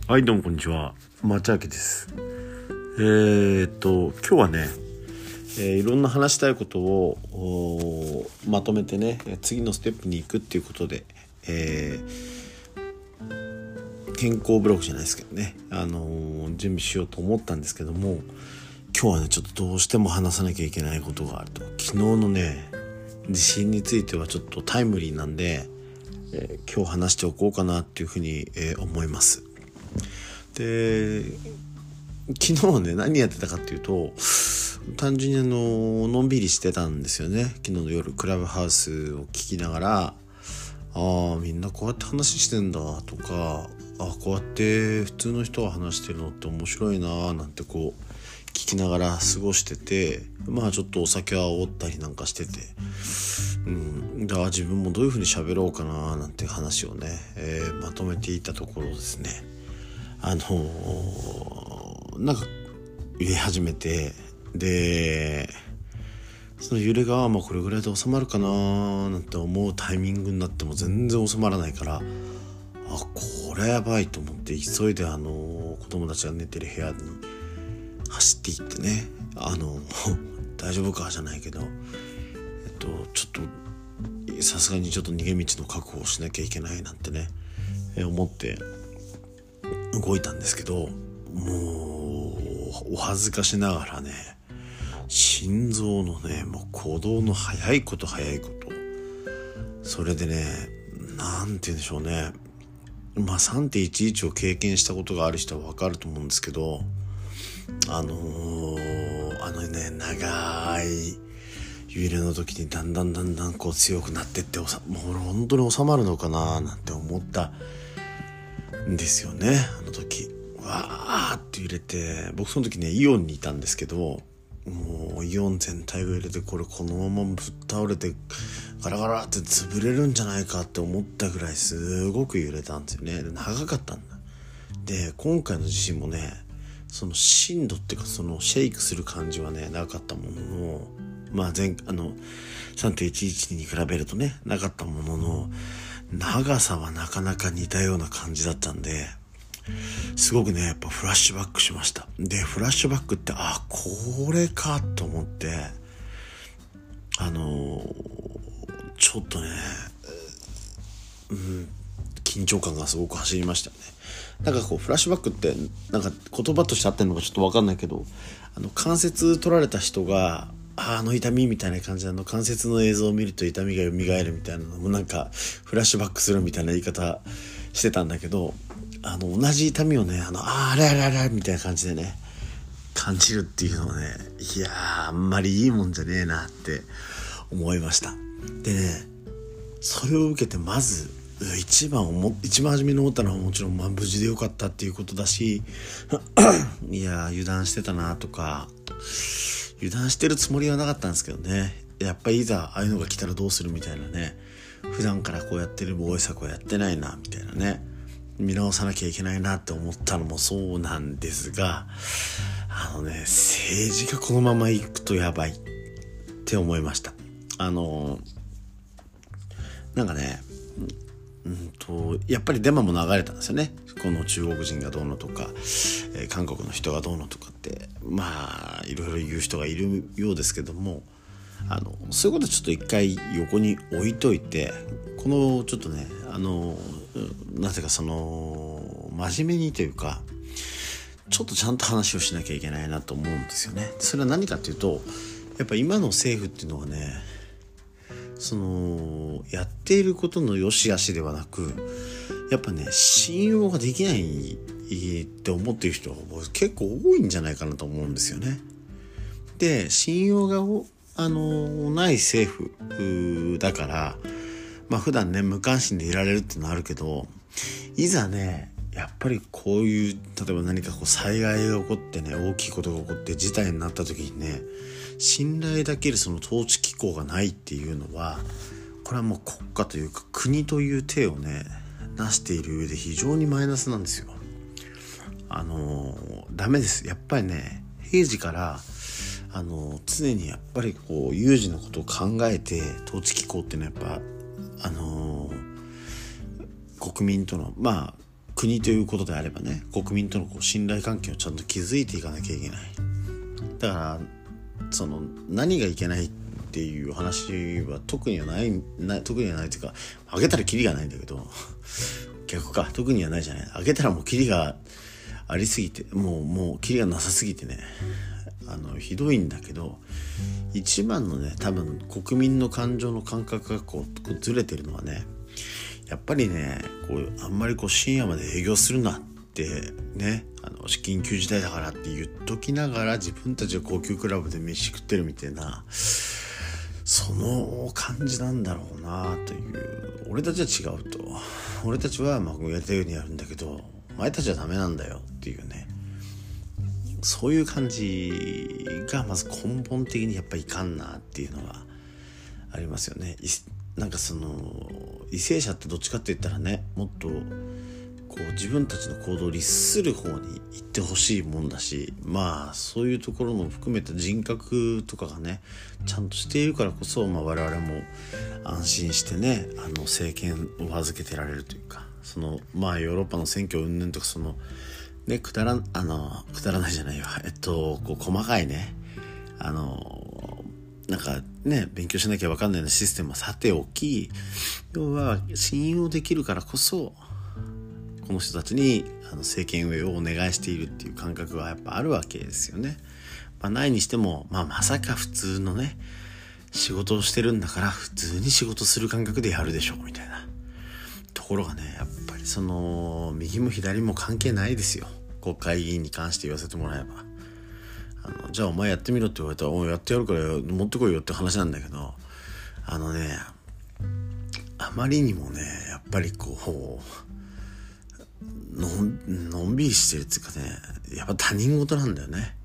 はい、どうもこんにちは。町明です。今日はね、いろんな話したいことをまとめてね、次のステップに行くっていうことで、健康ブログじゃないですけどね、準備しようと思ったんですけども、今日はね、ちょっとどうしても話さなきゃいけないことがあると。昨日のね、地震についてはちょっとタイムリーなんで、今日話しておこうかなっていうふうに、思います。で、昨日はね、何やってたかっていうと、単純にのんびりしてたんですよね。昨日の夜クラブハウスを聞きながら、みんなこうやって話してんだとか、こうやって普通の人が話してるのって面白いななんてこう聞きながら過ごしてて、ちょっとお酒はおったりなんかしてて、自分もどういう風に喋ろうかななんて話をね、まとめていたところですね、なんか揺れ始めて、でその揺れがこれぐらいで収まるかななんて思うタイミングになっても全然収まらないから、これやばいと思って急いで子供たちが寝てる部屋に走っていってね、大丈夫かじゃないけど、ちょっとさすがにちょっと逃げ道の確保をしなきゃいけないなんてね、思って動いたんですけど、もうお恥ずかしながらね、心臓のねもう鼓動の早いこと、それでね、なんて言うんでしょうね、3.11 を経験したことがある人は分かると思うんですけど、長い揺れの時にだんだんこう強くなってってもう本当に収まるのかななんて思ったんですよね。時わーって揺れて、僕その時ねイオンにいたんですけど、もうイオン全体が揺れて、このままぶっ倒れてガラガラって潰れるんじゃないかって思ったぐらいすごく揺れたんですよね。長かったんだ。で、今回の地震もね、その震度っていうかそのシェイクする感じはねなかったものの、3.11 に比べるとねなかったものの、長さはなかなか似たような感じだったんで、すごくねやっぱフラッシュバックしました。で、フラッシュバックってこれかと思って、ちょっとね、緊張感がすごく走りましたね。なんかこうフラッシュバックってなんか言葉として合ってるのかちょっと分かんないけど、関節取られた人が痛みみたいな感じで、関節の映像を見ると痛みが蘇るみたいなのもなんかフラッシュバックするみたいな言い方してたんだけど、同じ痛みをねあれみたいな感じでね感じるっていうのはね、いやあんまりいいもんじゃねえなって思いました。でね、それを受けてまず一番初めに思ったのはもちろん無事でよかったっていうことだしいや油断してたなとか、油断してるつもりはなかったんですけどね、やっぱりいざああいうのが来たらどうするみたいなね、普段からこうやってる防衛策はやってないなみたいなね、見直さなきゃいけないなって思ったのもそうなんですが、政治がこのまま行くとやばいって思いました。なんかね、やっぱりデマも流れたんですよね。この中国人がどうのとか、韓国の人がどうのとかっていろいろ言う人がいるようですけども、そういうことちょっと一回横に置いといて、このちょっとねなぜかその真面目にというかちょっとちゃんと話をしなきゃいけないなと思うんですよね。それは何かっていうと、やっぱ今の政府っていうのはね、そのやっていることの良し悪しではなく、やっぱね信用ができないって思っている人は結構多いんじゃないかなと思うんですよね。で、信用がない政府だから普段ね無関心でいられるっていうのはあるけど、いざねやっぱりこういう例えば何か災害が起こってね、大きいことが起こって事態になった時にね、信頼できるその統治機構がないっていうのは、これはもう国家というか国という体をね成している上で非常にマイナスなんですよ。ダメです。やっぱりね平時から常にやっぱり有事のことを考えて、統治機構っていうのはやっぱ国民との国ということであればね、国民との信頼関係をちゃんと築いていかなきゃいけない。だからその何がいけないっていう話は特にはないというか、あげたらキリがないんだけど逆か、特にはないじゃない。あげたらもうキリがありすぎて、もうキリがなさすぎてね、ひどいんだけど、一番のね、多分国民の感情の感覚がこうずれてるのはね、やっぱりね、あんまり深夜まで営業するなってね、緊急事態だからって言っときながら自分たちが高級クラブで飯食ってるみたいな、その感じなんだろうなという。俺たちは違うと。俺たちはやりたいようにやるんだけど、お前たちはダメなんだよっていうね、そういう感じがまず根本的にやっぱいかんなっていうのがありますよね。なんか為政者ってどっちかって言ったらね、もっと自分たちの行動を律する方に行ってほしいもんだし、そういうところも含めた人格とかがねちゃんとしているからこそ、我々も安心してね政権を預けてられるというか、ヨーロッパの選挙云々とかくだらないじゃないよ、細かいねなんかね勉強しなきゃ分かんないようなシステムはさておき、要は信用できるからこそこの人たちに政権運営をお願いしているっていう感覚はやっぱあるわけですよね。ないにしても、まさか普通のね仕事をしてるんだから普通に仕事する感覚でやるでしょうみたいなところがね、やっぱり右も左も関係ないですよ。国会議員に関して言わせてもらえば、じゃあお前やってみろって言われたらやってやるから持ってこいよって話なんだけど、あまりにもねやっぱりのんびりしてるっていうかね、やっぱ他人事なんだよね。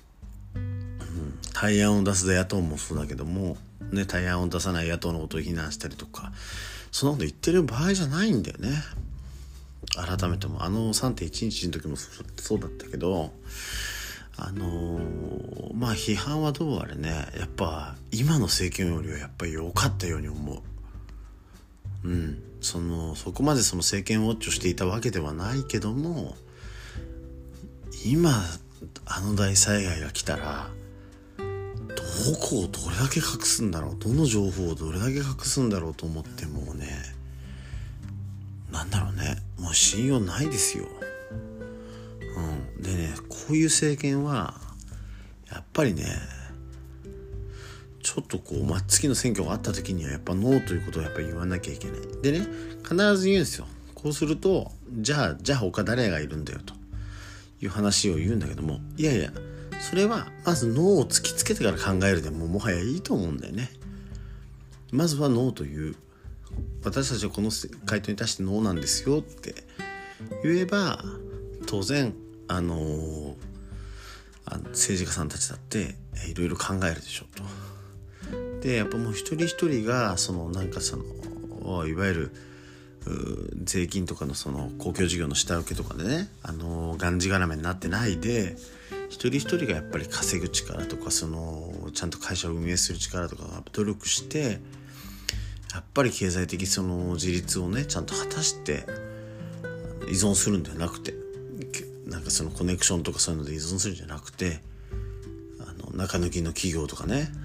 対案を出す野党もそうだけどもね、対案を出さない野党のことを非難したりとか、そんなこと言ってる場合じゃないんだよね。改めても3.11 の時もそうだったけど、批判はどうあれね、やっぱ今の政権よりはやっぱり良かったように思う。そこまで政権ウォッチをしていたわけではないけども、今大災害が来たらどこをどれだけ隠すんだろう、どの情報をどれだけ隠すんだろうと思って、もうねもう信用ないですよ。でね、こういう政権はやっぱりねちょっと次の選挙があった時にはやっぱノーということをやっぱり言わなきゃいけない。でね、必ず言うんですよ。こうするとじゃあ他誰がいるんだよという話を言うんだけども、いやそれはまずノーを突きつけてから考えるでもはやいいと思うんだよね。まずはノーという、私たちはこの回答に対してノーなんですよって言えば、当然政治家さんたちだっていろいろ考えるでしょうと。でやっぱもう一人一人がいわゆる税金とかの公共事業の下請けとかでねがんじがらめになってないで、一人一人がやっぱり稼ぐ力とかちゃんと会社を運営する力とかが努力して、やっぱり経済的自立をねちゃんと果たして依存するんではなくて、コネクションとかそういうので依存するんじゃなくて、中抜きの企業とかね、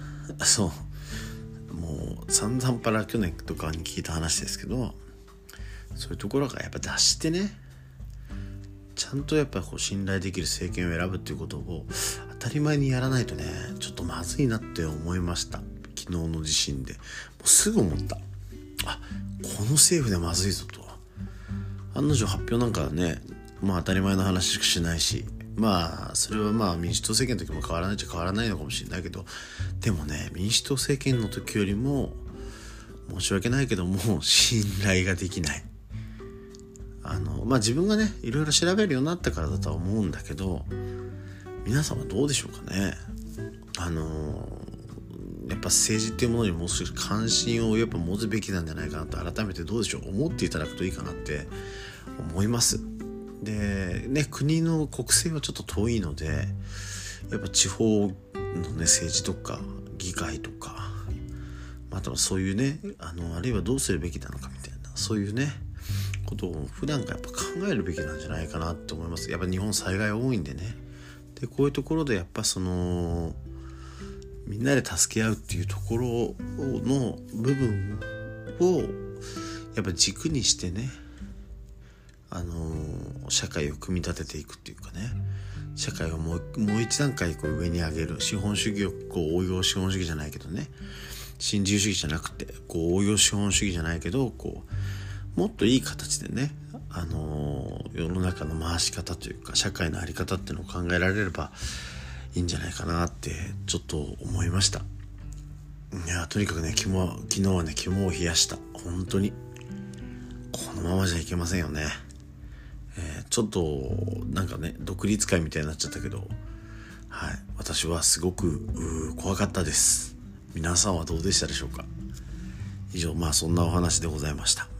もう散々パラ去年とかに聞いた話ですけど、そういうところからやっぱ出してね、ちゃんとやっぱ信頼できる政権を選ぶっていうことを当たり前にやらないとね、ちょっとまずいなって思いました。昨日の地震でもうすぐ思った。この政府でまずいぞと。案の定発表なんかね当たり前の話しかしないし、それは民主党政権の時も変わらないっちゃ変わらないのかもしれないけど、でもね民主党政権の時よりも申し訳ないけども信頼ができない。自分がねいろいろ調べるようになったからだとは思うんだけど、皆さんはどうでしょうかね。やっぱ政治っていうものにもう少し関心をやっぱ持つべきなんじゃないかなと、改めてどうでしょう、思っていただくといいかなって思います。でね、国の国政はちょっと遠いので、やっぱ地方のね政治とか議会とか、またはそういうねあるいはどうするべきなのかみたいな、そういうねことを普段からやっぱ考えるべきなんじゃないかなって思います。やっぱ日本災害多いんでね。でこういうところでやっぱみんなで助け合うっていうところの部分をやっぱ軸にしてね、社会を組み立てていくっていうかね、社会をもう一段階上に上げる、資本主義を応用資本主義じゃないけどね、新自由主義じゃなくて応用資本主義じゃないけどもっといい形でね、世の中の回し方というか社会の在り方っていうのを考えられればいいんじゃないかなってちょっと思いました。いやとにかくね昨日はね肝を冷やした。本当にこのままじゃいけませんよね。ちょっとなんかね独立会みたいになっちゃったけど、はい、私はすごく怖かったです。皆さんはどうでしたでしょうか。以上そんなお話でございました。